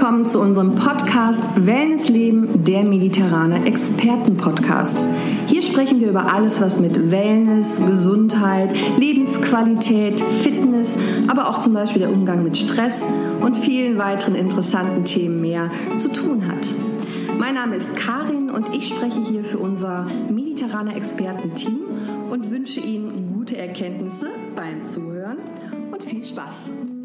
willkommen zu unserem Podcast Wellnessleben, der mediterrane Experten-Podcast. Hier sprechen wir über alles, was mit Wellness, Gesundheit, Lebensqualität, Fitness, aber auch zum Beispiel der Umgang mit Stress und vielen weiteren interessanten Themen mehr zu tun hat. Mein Name ist Karin und ich spreche hier für unser mediterrane Experten-Team und wünsche Ihnen gute Erkenntnisse beim Zuhören und viel Spaß.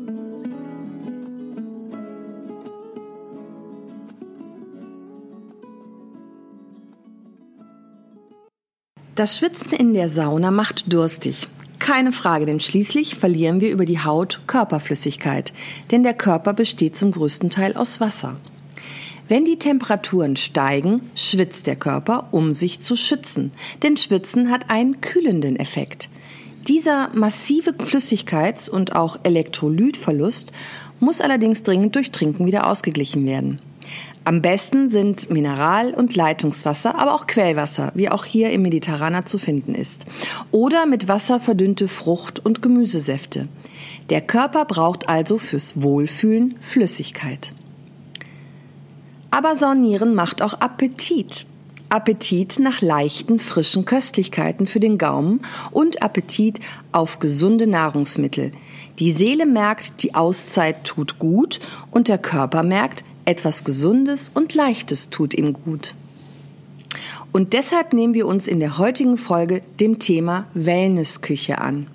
Das Schwitzen in der Sauna macht durstig. Keine Frage, denn schließlich verlieren wir über die Haut Körperflüssigkeit, denn der Körper besteht zum größten Teil aus Wasser. Wenn die Temperaturen steigen, schwitzt der Körper, um sich zu schützen, denn Schwitzen hat einen kühlenden Effekt. Dieser massive Flüssigkeits- und auch Elektrolytverlust muss allerdings dringend durch Trinken wieder ausgeglichen werden. Am besten sind Mineral- und Leitungswasser, aber auch Quellwasser, wie auch hier im Mediterraner zu finden ist. Oder mit Wasser verdünnte Frucht- und Gemüsesäfte. Der Körper braucht also fürs Wohlfühlen Flüssigkeit. Aber Saunieren macht auch Appetit. Appetit nach leichten, frischen Köstlichkeiten für den Gaumen und Appetit auf gesunde Nahrungsmittel. Die Seele merkt, die Auszeit tut gut und der Körper merkt, etwas Gesundes und Leichtes tut ihm gut. Und deshalb nehmen wir uns in der heutigen Folge dem Thema Wellnessküche an.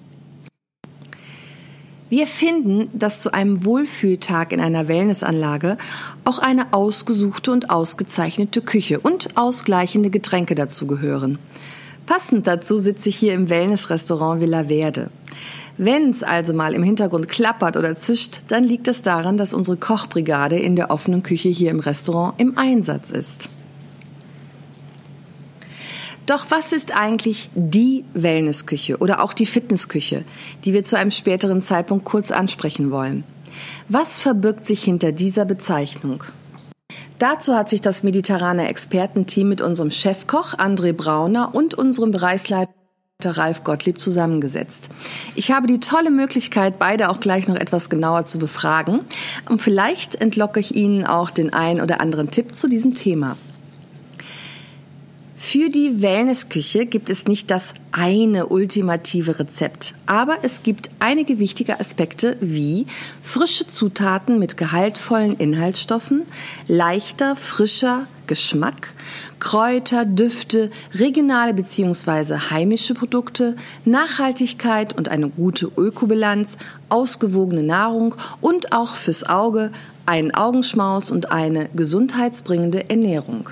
Wir finden, dass zu einem Wohlfühltag in einer Wellnessanlage auch eine ausgesuchte und ausgezeichnete Küche und ausgleichende Getränke dazu gehören. Passend dazu sitze ich hier im Wellnessrestaurant Villa Verde. Wenn es also mal im Hintergrund klappert oder zischt, dann liegt es daran, dass unsere Kochbrigade in der offenen Küche hier im Restaurant im Einsatz ist. Doch was ist eigentlich die Wellnessküche oder auch die Fitnessküche, die wir zu einem späteren Zeitpunkt kurz ansprechen wollen? Was verbirgt sich hinter dieser Bezeichnung? Dazu hat sich das mediterrane Expertenteam mit unserem Chefkoch André Brauner und unserem Bereichsleiter Ralf Gottlieb zusammengesetzt. Ich habe die tolle Möglichkeit, beide auch gleich noch etwas genauer zu befragen. Und vielleicht entlocke ich Ihnen auch den ein oder anderen Tipp zu diesem Thema. Für die Wellnessküche gibt es nicht das eine ultimative Rezept, aber es gibt einige wichtige Aspekte wie frische Zutaten mit gehaltvollen Inhaltsstoffen, leichter, frischer Geschmack, Kräuter, Düfte, regionale bzw. heimische Produkte, Nachhaltigkeit und eine gute Ökobilanz, ausgewogene Nahrung und auch fürs Auge einen Augenschmaus und eine gesundheitsbringende Ernährung.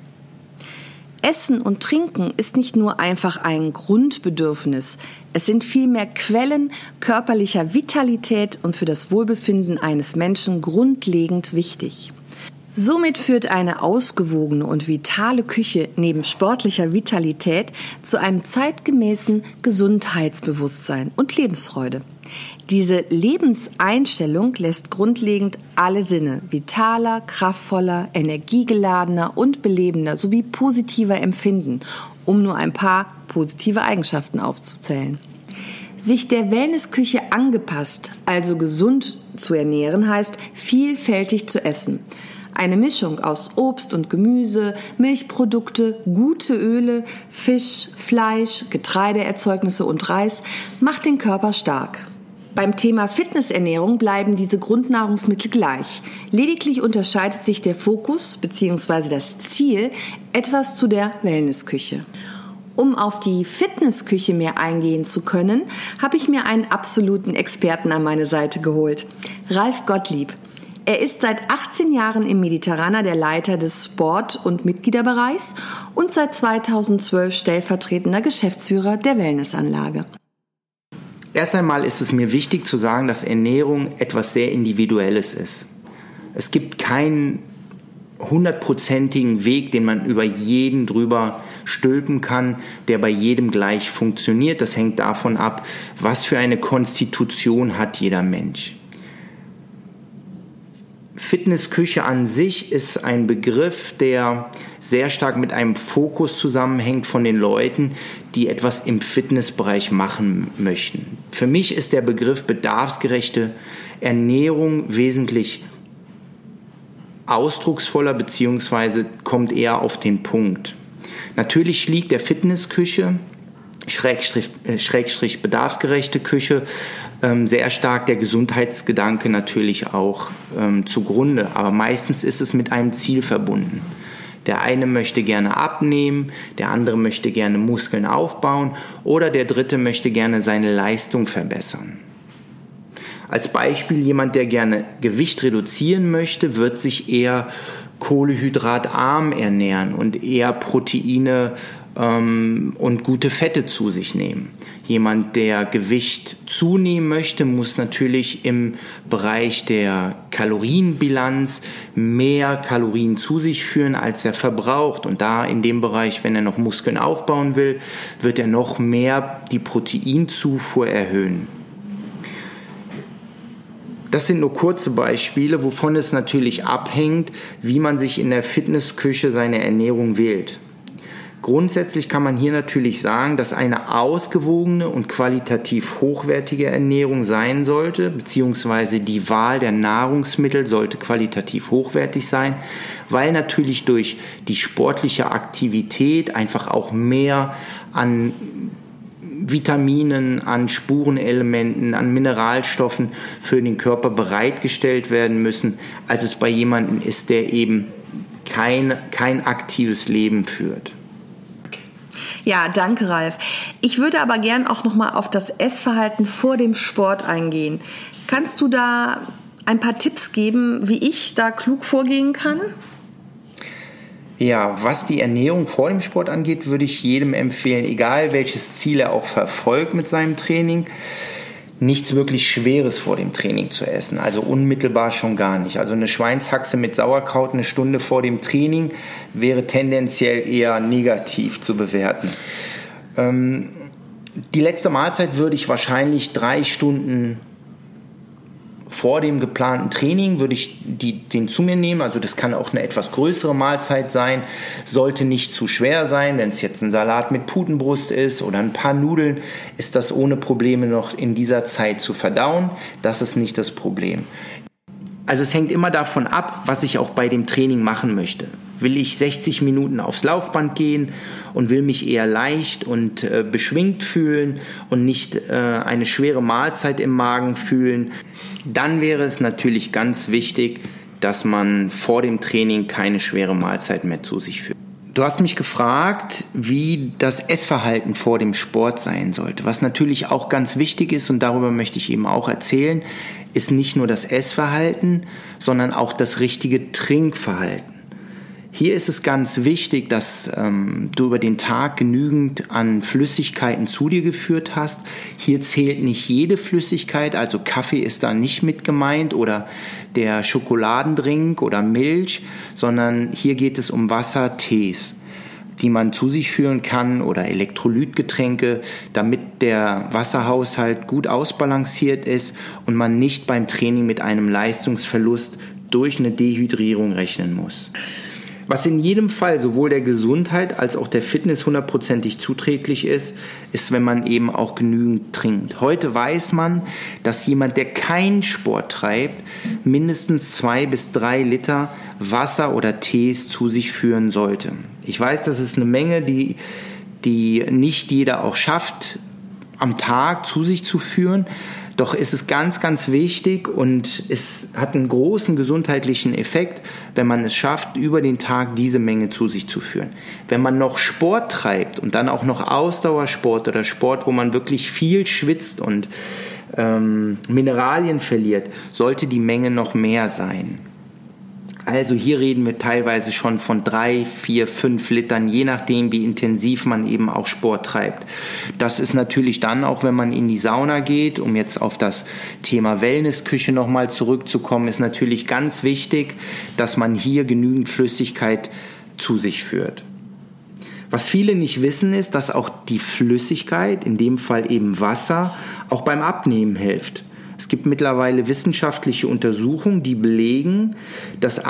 Essen und Trinken ist nicht nur einfach ein Grundbedürfnis, es sind vielmehr Quellen körperlicher Vitalität und für das Wohlbefinden eines Menschen grundlegend wichtig. Somit führt eine ausgewogene und vitale Küche neben sportlicher Vitalität zu einem zeitgemäßen Gesundheitsbewusstsein und Lebensfreude. Diese Lebenseinstellung lässt grundlegend alle Sinne vitaler, kraftvoller, energiegeladener und belebender sowie positiver empfinden, um nur ein paar positive Eigenschaften aufzuzählen. Sich der Wellnessküche angepasst, also gesund zu ernähren, heißt vielfältig zu essen. Eine Mischung aus Obst und Gemüse, Milchprodukte, gute Öle, Fisch, Fleisch, Getreideerzeugnisse und Reis macht den Körper stark. Beim Thema Fitnessernährung bleiben diese Grundnahrungsmittel gleich. Lediglich unterscheidet sich der Fokus bzw. das Ziel etwas zu der Wellnessküche. Um auf die Fitnessküche mehr eingehen zu können, habe ich mir einen absoluten Experten an meine Seite geholt. Ralf Gottlieb. Er ist seit 18 Jahren im Mediterraner der Leiter des Sport- und Mitgliederbereichs und seit 2012 stellvertretender Geschäftsführer der Wellnessanlage. Erst einmal ist es mir wichtig zu sagen, dass Ernährung etwas sehr Individuelles ist. Es gibt keinen 100%igen Weg, den man über jeden drüber stülpen kann, der bei jedem gleich funktioniert. Das hängt davon ab, was für eine Konstitution hat jeder Mensch. Fitnessküche an sich ist ein Begriff, der sehr stark mit einem Fokus zusammenhängt von den Leuten, die etwas im Fitnessbereich machen möchten. Für mich ist der Begriff bedarfsgerechte Ernährung wesentlich ausdrucksvoller bzw. kommt eher auf den Punkt. Natürlich liegt der Fitnessküche, Schrägstrich bedarfsgerechte Küche, sehr stark der Gesundheitsgedanke natürlich auch zugrunde. Aber meistens ist es mit einem Ziel verbunden. Der eine möchte gerne abnehmen, der andere möchte gerne Muskeln aufbauen oder der dritte möchte gerne seine Leistung verbessern. Als Beispiel, jemand, der gerne Gewicht reduzieren möchte, wird sich eher kohlenhydratarm ernähren und eher Proteine und gute Fette zu sich nehmen. Jemand, der Gewicht zunehmen möchte, muss natürlich im Bereich der Kalorienbilanz mehr Kalorien zu sich führen, als er verbraucht. Und da in dem Bereich, wenn er noch Muskeln aufbauen will, wird er noch mehr die Proteinzufuhr erhöhen. Das sind nur kurze Beispiele, wovon es natürlich abhängt, wie man sich in der Fitnessküche seine Ernährung wählt. Grundsätzlich kann man hier natürlich sagen, dass eine ausgewogene und qualitativ hochwertige Ernährung sein sollte, beziehungsweise die Wahl der Nahrungsmittel sollte qualitativ hochwertig sein, weil natürlich durch die sportliche Aktivität einfach auch mehr an Vitaminen, an Spurenelementen, an Mineralstoffen für den Körper bereitgestellt werden müssen, als es bei jemandem ist, der eben kein aktives Leben führt. Ja, danke, Ralf. Ich würde aber gern auch nochmal auf das Essverhalten vor dem Sport eingehen. Kannst du da ein paar Tipps geben, wie ich da klug vorgehen kann? Ja, was die Ernährung vor dem Sport angeht, würde ich jedem empfehlen, egal welches Ziel er auch verfolgt mit seinem Training, nichts wirklich Schweres vor dem Training zu essen, also unmittelbar schon gar nicht. Also eine Schweinshaxe mit Sauerkraut eine Stunde vor dem Training wäre tendenziell eher negativ zu bewerten. Die letzte Mahlzeit würde ich wahrscheinlich 3 Stunden vor dem geplanten Training würde ich den zu mir nehmen, also das kann auch eine etwas größere Mahlzeit sein, sollte nicht zu schwer sein, wenn es jetzt ein Salat mit Putenbrust ist oder ein paar Nudeln, ist das ohne Probleme noch in dieser Zeit zu verdauen, das ist nicht das Problem. Also es hängt immer davon ab, was ich auch bei dem Training machen möchte. Will ich 60 Minuten aufs Laufband gehen und will mich eher leicht und beschwingt fühlen und nicht eine schwere Mahlzeit im Magen fühlen, dann wäre es natürlich ganz wichtig, dass man vor dem Training keine schwere Mahlzeit mehr zu sich führt. Du hast mich gefragt, wie das Essverhalten vor dem Sport sein sollte. Was natürlich auch ganz wichtig ist, und darüber möchte ich eben auch erzählen, ist nicht nur das Essverhalten, sondern auch das richtige Trinkverhalten. Hier ist es ganz wichtig, dass du über den Tag genügend an Flüssigkeiten zu dir geführt hast. Hier zählt nicht jede Flüssigkeit, also Kaffee ist da nicht mit gemeint oder der Schokoladendrink oder Milch, sondern hier geht es um Wasser, Tees, die man zu sich führen kann oder Elektrolytgetränke, damit der Wasserhaushalt gut ausbalanciert ist und man nicht beim Training mit einem Leistungsverlust durch eine Dehydrierung rechnen muss. Was in jedem Fall sowohl der Gesundheit als auch der Fitness 100%ig zuträglich ist, ist, wenn man eben auch genügend trinkt. Heute weiß man, dass jemand, der keinen Sport treibt, mindestens 2 bis 3 Liter Wasser oder Tees zu sich führen sollte. Ich weiß, das ist eine Menge, die nicht jeder auch schafft, am Tag zu sich zu führen. Doch ist es ganz, ganz wichtig und es hat einen großen gesundheitlichen Effekt, wenn man es schafft, über den Tag diese Menge zu sich zu führen. Wenn man noch Sport treibt und dann auch noch Ausdauersport oder Sport, wo man wirklich viel schwitzt und Mineralien verliert, sollte die Menge noch mehr sein. Also hier reden wir teilweise schon von 3, 4, 5 Litern, je nachdem, wie intensiv man eben auch Sport treibt. Das ist natürlich dann auch, wenn man in die Sauna geht, um jetzt auf das Thema Wellnessküche nochmal zurückzukommen, ist natürlich ganz wichtig, dass man hier genügend Flüssigkeit zu sich führt. Was viele nicht wissen, ist, dass auch die Flüssigkeit, in dem Fall eben Wasser, auch beim Abnehmen hilft. Es gibt mittlerweile wissenschaftliche Untersuchungen, die belegen, dass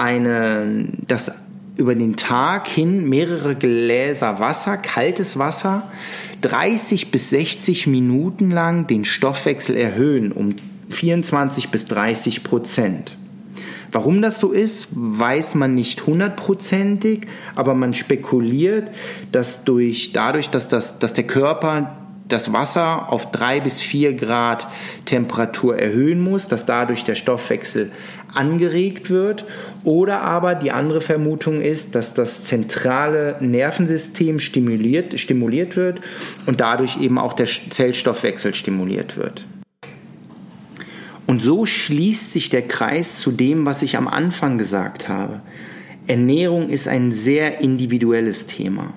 über den Tag hin mehrere Gläser Wasser, kaltes Wasser, 30 bis 60 Minuten lang den Stoffwechsel erhöhen um 24 bis 30%. Warum das so ist, weiß man nicht 100%, aber man spekuliert, dass dadurch, dass der Körper das Wasser auf 3 bis 4 Grad Temperatur erhöhen muss, dass dadurch der Stoffwechsel angeregt wird. Oder aber die andere Vermutung ist, dass das zentrale Nervensystem stimuliert wird und dadurch eben auch der Zellstoffwechsel stimuliert wird. Und so schließt sich der Kreis zu dem, was ich am Anfang gesagt habe. Ernährung ist ein sehr individuelles Thema.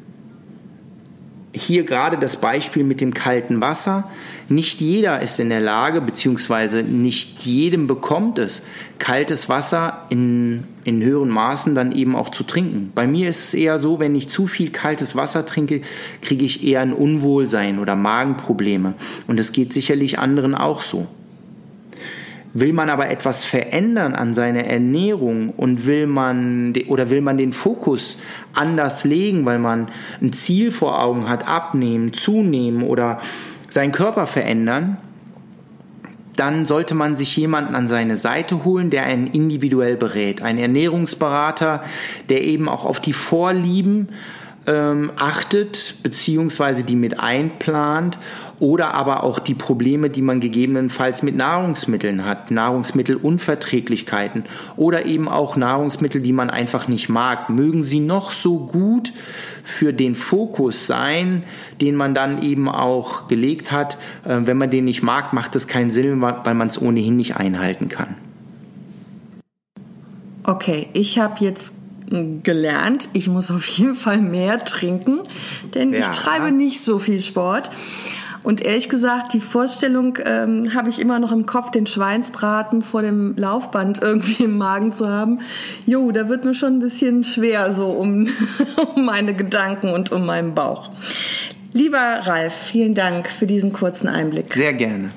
Hier gerade das Beispiel mit dem kalten Wasser. Nicht jeder ist in der Lage, beziehungsweise nicht jedem bekommt es, kaltes Wasser in höheren Maßen dann eben auch zu trinken. Bei mir ist es eher so, wenn ich zu viel kaltes Wasser trinke, kriege ich eher ein Unwohlsein oder Magenprobleme. Und das geht sicherlich anderen auch so. Will man aber etwas verändern an seiner Ernährung und will man den Fokus anders legen, weil man ein Ziel vor Augen hat, abnehmen, zunehmen oder seinen Körper verändern, dann sollte man sich jemanden an seine Seite holen, der einen individuell berät. Ein Ernährungsberater, der eben auch auf die Vorlieben achtet, beziehungsweise die mit einplant oder aber auch die Probleme, die man gegebenenfalls mit Nahrungsmitteln hat, Nahrungsmittelunverträglichkeiten oder eben auch Nahrungsmittel, die man einfach nicht mag. Mögen sie noch so gut für den Fokus sein, den man dann eben auch gelegt hat. Wenn man den nicht mag, macht es keinen Sinn, weil man es ohnehin nicht einhalten kann. Okay, ich habe jetzt gelernt, ich muss auf jeden Fall mehr trinken, denn ich treibe nicht so viel Sport. Und ehrlich gesagt, die Vorstellung habe ich immer noch im Kopf, den Schweinsbraten vor dem Laufband irgendwie im Magen zu haben. Jo, da wird mir schon ein bisschen schwer so um meine Gedanken und um meinen Bauch. Lieber Ralf, vielen Dank für diesen kurzen Einblick. Sehr gerne.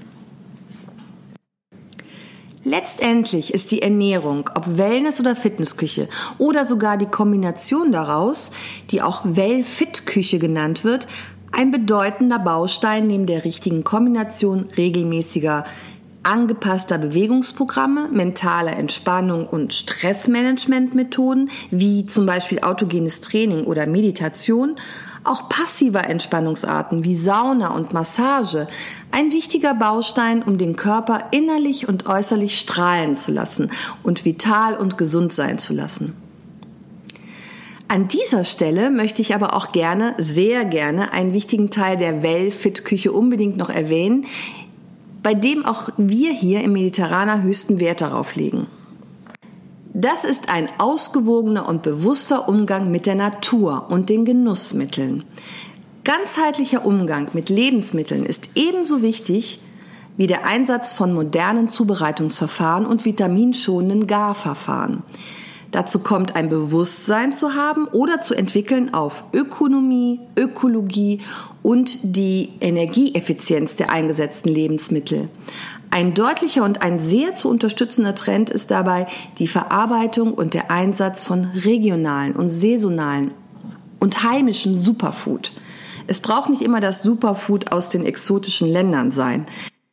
Letztendlich ist die Ernährung, ob Wellness- oder Fitnessküche oder sogar die Kombination daraus, die auch Well-Fit-Küche genannt wird, ein bedeutender Baustein neben der richtigen Kombination regelmäßiger, angepasster Bewegungsprogramme, mentaler Entspannung und Stressmanagementmethoden wie zum Beispiel autogenes Training oder Meditation, auch passiver Entspannungsarten wie Sauna und Massage, ein wichtiger Baustein, um den Körper innerlich und äußerlich strahlen zu lassen und vital und gesund sein zu lassen. An dieser Stelle möchte ich aber auch sehr gerne, einen wichtigen Teil der Well-Fit-Küche unbedingt noch erwähnen, bei dem auch wir hier im Mediterraner höchsten Wert darauf legen. Das ist ein ausgewogener und bewusster Umgang mit der Natur und den Genussmitteln. Ganzheitlicher Umgang mit Lebensmitteln ist ebenso wichtig wie der Einsatz von modernen Zubereitungsverfahren und vitaminschonenden Garverfahren. Dazu kommt ein Bewusstsein zu haben oder zu entwickeln auf Ökonomie, Ökologie und die Energieeffizienz der eingesetzten Lebensmittel. Ein deutlicher und ein sehr zu unterstützender Trend ist dabei die Verarbeitung und der Einsatz von regionalen und saisonalen und heimischen Superfood. Es braucht nicht immer das Superfood aus den exotischen Ländern sein.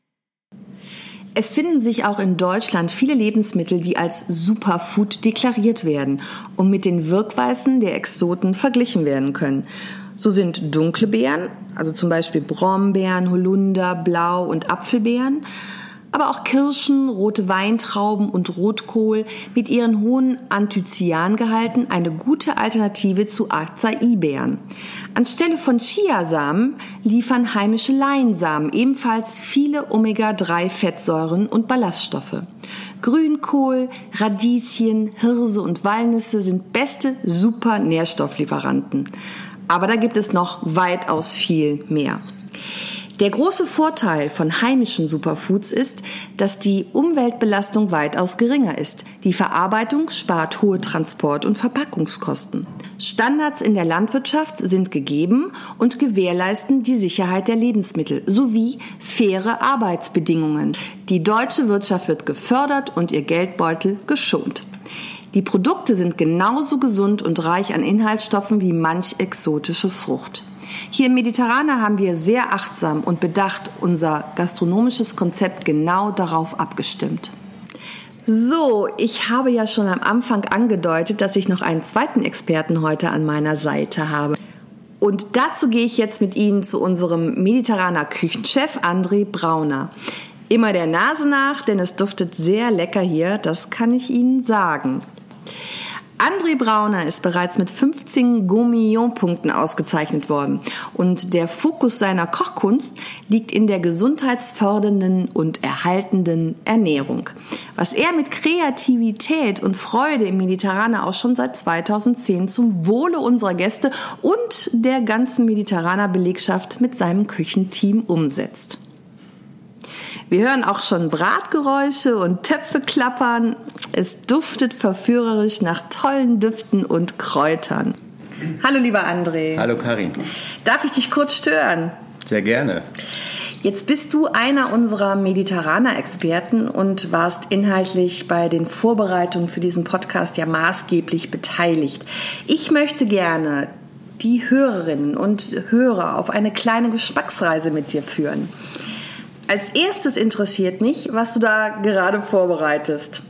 Es finden sich auch in Deutschland viele Lebensmittel, die als Superfood deklariert werden und mit den Wirkweisen der Exoten verglichen werden können. So sind dunkle Beeren, also zum Beispiel Brombeeren, Holunder, Blau- und Apfelbeeren, aber auch Kirschen, rote Weintrauben und Rotkohl mit ihren hohen Anthocyangehalten eine gute Alternative zu Acai-Beeren. Anstelle von Chiasamen liefern heimische Leinsamen ebenfalls viele Omega-3-Fettsäuren und Ballaststoffe. Grünkohl, Radieschen, Hirse und Walnüsse sind beste Super-Nährstofflieferanten. Aber da gibt es noch weitaus viel mehr. Der große Vorteil von heimischen Superfoods ist, dass die Umweltbelastung weitaus geringer ist. Die Verarbeitung spart hohe Transport- und Verpackungskosten. Standards in der Landwirtschaft sind gegeben und gewährleisten die Sicherheit der Lebensmittel sowie faire Arbeitsbedingungen. Die deutsche Wirtschaft wird gefördert und ihr Geldbeutel geschont. Die Produkte sind genauso gesund und reich an Inhaltsstoffen wie manch exotische Frucht. Hier im Mediterraner haben wir sehr achtsam und bedacht unser gastronomisches Konzept genau darauf abgestimmt. So, ich habe ja schon am Anfang angedeutet, dass ich noch einen zweiten Experten heute an meiner Seite habe. Und dazu gehe ich jetzt mit Ihnen zu unserem mediterraner Küchenchef André Brauner. Immer der Nase nach, denn es duftet sehr lecker hier, das kann ich Ihnen sagen. André Brauner ist bereits mit 15 Gourmillon-Punkten ausgezeichnet worden und der Fokus seiner Kochkunst liegt in der gesundheitsfördernden und erhaltenden Ernährung. Was er mit Kreativität und Freude im Mediterraner auch schon seit 2010 zum Wohle unserer Gäste und der ganzen mediterraner Belegschaft mit seinem Küchenteam umsetzt. Wir hören auch schon Bratgeräusche und Töpfe klappern. Es duftet verführerisch nach tollen Düften und Kräutern. Hallo lieber André. Hallo Karin. Darf ich dich kurz stören? Sehr gerne. Jetzt bist du einer unserer Mediterraner-Experten und warst inhaltlich bei den Vorbereitungen für diesen Podcast ja maßgeblich beteiligt. Ich möchte gerne die Hörerinnen und Hörer auf eine kleine Geschmacksreise mit dir führen. Als erstes interessiert mich, was du da gerade vorbereitest.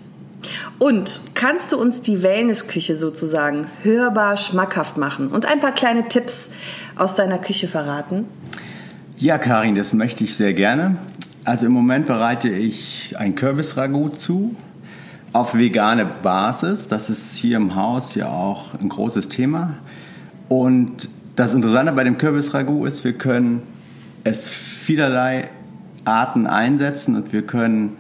Und kannst du uns die Wellnessküche sozusagen hörbar schmackhaft machen und ein paar kleine Tipps aus deiner Küche verraten? Ja, Karin, das möchte ich sehr gerne. Also im Moment bereite ich ein Kürbisragout zu auf vegane Basis. Das ist hier im Haus ja auch ein großes Thema. Und das Interessante bei dem Kürbisragout ist, wir können es vielerlei Arten einsetzen und wir können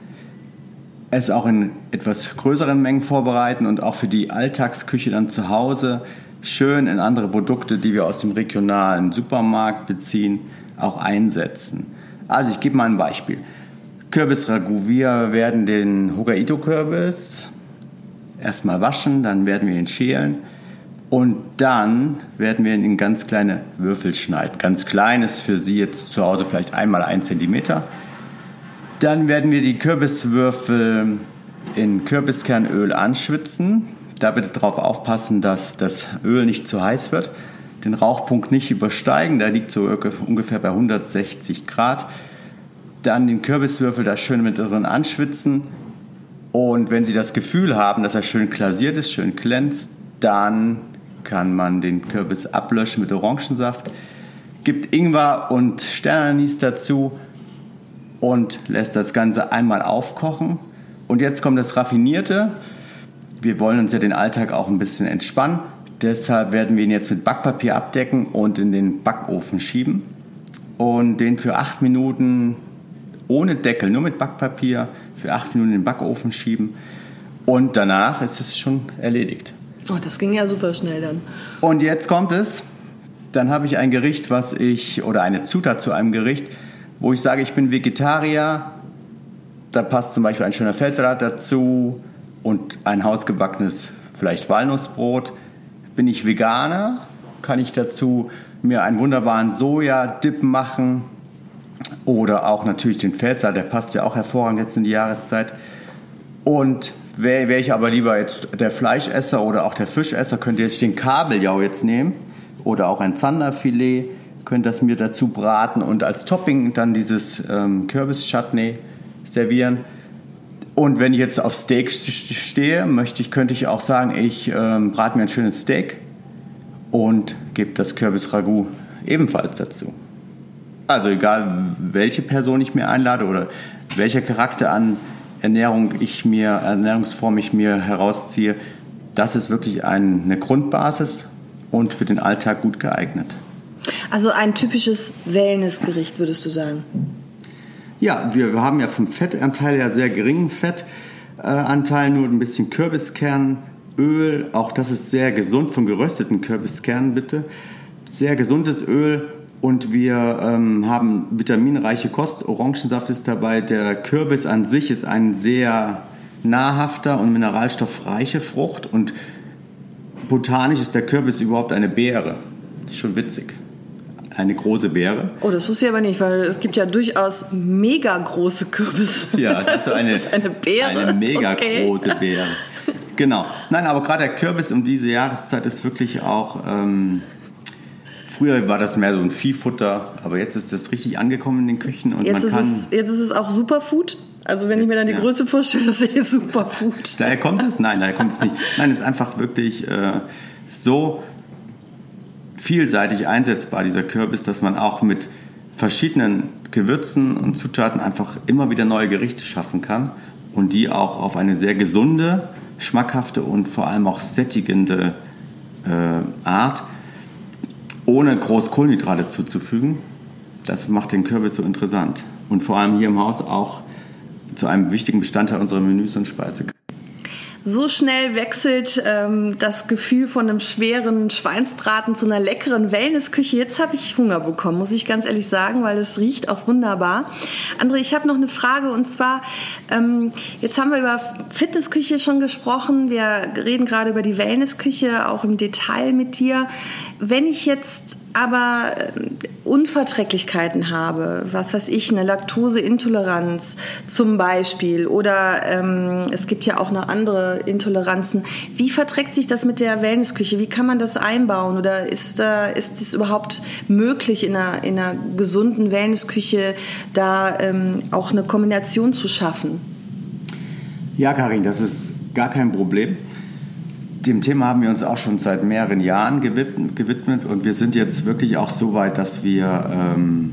es auch in etwas größeren Mengen vorbereiten und auch für die Alltagsküche dann zu Hause schön in andere Produkte, die wir aus dem regionalen Supermarkt beziehen, auch einsetzen. Also ich gebe mal ein Beispiel. Kürbisragout. Wir werden den Hokkaido-Kürbis erstmal waschen, dann werden wir ihn schälen und dann werden wir ihn in ganz kleine Würfel schneiden. Ganz klein ist für Sie jetzt zu Hause vielleicht 1x1 Zentimeter. Dann werden wir die Kürbiswürfel in Kürbiskernöl anschwitzen. Da bitte darauf aufpassen, dass das Öl nicht zu heiß wird. Den Rauchpunkt nicht übersteigen, der liegt so ungefähr bei 160 Grad. Dann den Kürbiswürfel da schön mit drin anschwitzen. Und wenn Sie das Gefühl haben, dass er schön glasiert ist, schön glänzt, dann kann man den Kürbis ablöschen mit Orangensaft, gibt Ingwer und Sternanis dazu und lässt das Ganze einmal aufkochen. Und jetzt kommt das Raffinierte. Wir wollen uns ja den Alltag auch ein bisschen entspannen. Deshalb werden wir ihn jetzt mit Backpapier abdecken und in den Backofen schieben. Und den für 8 Minuten ohne Deckel, nur mit Backpapier, für 8 Minuten in den Backofen schieben. Und danach ist es schon erledigt. Oh, das ging ja super schnell dann. Und jetzt kommt es. Dann habe ich ein Gericht, oder eine Zutat zu einem Gericht, wo ich sage, ich bin Vegetarier. Da passt zum Beispiel ein schöner Feldsalat dazu und ein hausgebackenes, vielleicht Walnussbrot. Bin ich Veganer, kann ich dazu mir einen wunderbaren Soja-Dip machen oder auch natürlich den Feldsalat, der passt ja auch hervorragend jetzt in die Jahreszeit. Und wäre ich aber lieber jetzt der Fleischesser oder auch der Fischesser, könnt ihr jetzt den Kabeljau jetzt nehmen oder auch ein Zanderfilet, könnt das mir dazu braten und als Topping dann dieses Kürbis-Chutney servieren. Und wenn ich jetzt auf Steak stehe, könnte ich auch sagen, ich brate mir ein schönes Steak und gebe das Kürbisragout ebenfalls dazu. Also egal, welche Person ich mir einlade oder welcher Charakter an Ernährungsform ich mir herausziehe, das ist wirklich eine Grundbasis und für den Alltag gut geeignet. Also ein typisches Wellnessgericht, würdest du sagen? Ja, wir haben ja vom Fettanteil ja sehr geringen Fettanteil, nur ein bisschen Kürbiskernöl. Auch das ist sehr gesund, von gerösteten Kürbiskernen bitte. Sehr gesundes Öl und wir haben vitaminreiche Kost. Orangensaft ist dabei. Der Kürbis an sich ist ein sehr nahrhafter und mineralstoffreiche Frucht und botanisch ist der Kürbis überhaupt eine Beere. Das ist schon witzig. Eine große Beere. Oh, das wusste ich aber nicht, weil es gibt ja durchaus mega große Kürbisse. Ja, das ist so eine Beere. Eine mega große Beere. Genau. Nein, aber gerade der Kürbis um diese Jahreszeit ist wirklich auch Früher war das mehr so ein Viehfutter, aber jetzt ist das richtig angekommen in den Küchen. Und jetzt ist es auch Superfood. Also wenn ich mir dann die Größe vorstelle, das ist Superfood. Daher kommt es? Nein, daher kommt es nicht. Nein, es ist einfach wirklich so vielseitig einsetzbar, dieser Kürbis, dass man auch mit verschiedenen Gewürzen und Zutaten einfach immer wieder neue Gerichte schaffen kann und die auch auf eine sehr gesunde, schmackhafte und vor allem auch sättigende Art, ohne groß Kohlenhydrate zuzufügen. Das macht den Kürbis so interessant und vor allem hier im Haus auch zu einem wichtigen Bestandteil unserer Menüs und Speisekarte. So schnell wechselt das Gefühl von einem schweren Schweinsbraten zu einer leckeren Wellnessküche. Jetzt habe ich Hunger bekommen, muss ich ganz ehrlich sagen, weil es riecht auch wunderbar. André, ich habe noch eine Frage und zwar, jetzt haben wir über Fitnessküche schon gesprochen. Wir reden gerade über die Wellnessküche, auch im Detail mit dir. Wenn ich jetzt aber Unverträglichkeiten habe, was weiß ich, eine Laktoseintoleranz zum Beispiel oder es gibt ja auch noch andere Intoleranzen. Wie verträgt sich das mit der Wellnessküche? Wie kann man das einbauen oder ist es überhaupt möglich in einer gesunden Wellnessküche da auch eine Kombination zu schaffen? Ja, Karin, das ist gar kein Problem. Dem Thema haben wir uns auch schon seit mehreren Jahren gewidmet und wir sind jetzt wirklich auch so weit, dass wir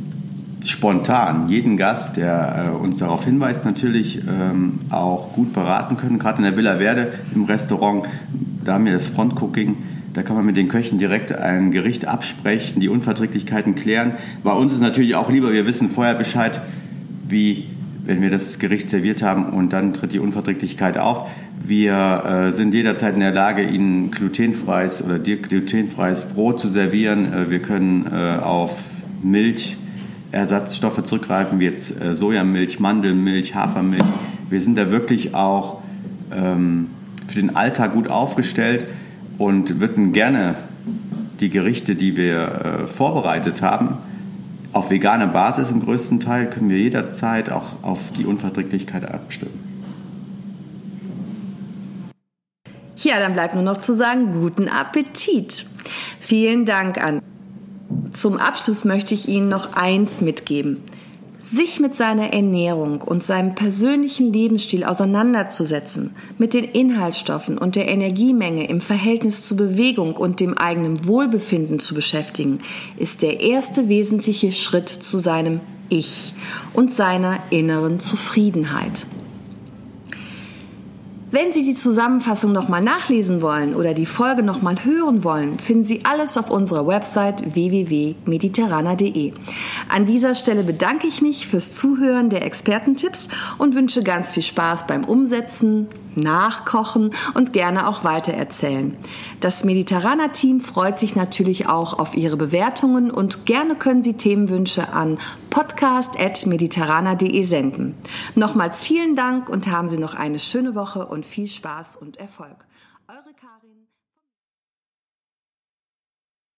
spontan jeden Gast, der uns darauf hinweist, natürlich auch gut beraten können. Gerade in der Villa Verde im Restaurant, da haben wir das Frontcooking, da kann man mit den Köchen direkt ein Gericht absprechen, die Unverträglichkeiten klären. Bei uns ist natürlich auch lieber, wir wissen vorher Bescheid, wie wenn wir das Gericht serviert haben und dann tritt die Unverträglichkeit auf. Wir sind jederzeit in der Lage, Ihnen glutenfreies Brot zu servieren. Wir können auf Milchersatzstoffe zurückgreifen, wie jetzt Sojamilch, Mandelmilch, Hafermilch. Wir sind da wirklich auch für den Alltag gut aufgestellt und würden gerne die Gerichte, die wir vorbereitet haben, auf veganer Basis im größten Teil, können wir jederzeit auch auf die Unverträglichkeit abstimmen. Ja, dann bleibt nur noch zu sagen, guten Appetit. Vielen Dank an. Zum Abschluss möchte ich Ihnen noch eins mitgeben. Sich mit seiner Ernährung und seinem persönlichen Lebensstil auseinanderzusetzen, mit den Inhaltsstoffen und der Energiemenge im Verhältnis zur Bewegung und dem eigenen Wohlbefinden zu beschäftigen, ist der erste wesentliche Schritt zu seinem Ich und seiner inneren Zufriedenheit. Wenn Sie die Zusammenfassung nochmal nachlesen wollen oder die Folge nochmal hören wollen, finden Sie alles auf unserer Website www.mediterraner.de. An dieser Stelle bedanke ich mich fürs Zuhören der Expertentipps und wünsche ganz viel Spaß beim Umsetzen, Nachkochen und gerne auch weitererzählen. Das Mediterraner-Team freut sich natürlich auch auf Ihre Bewertungen und gerne können Sie Themenwünsche an podcast@mediterraner.de senden. Nochmals vielen Dank und haben Sie noch eine schöne Woche und viel Spaß und Erfolg. Eure Karin.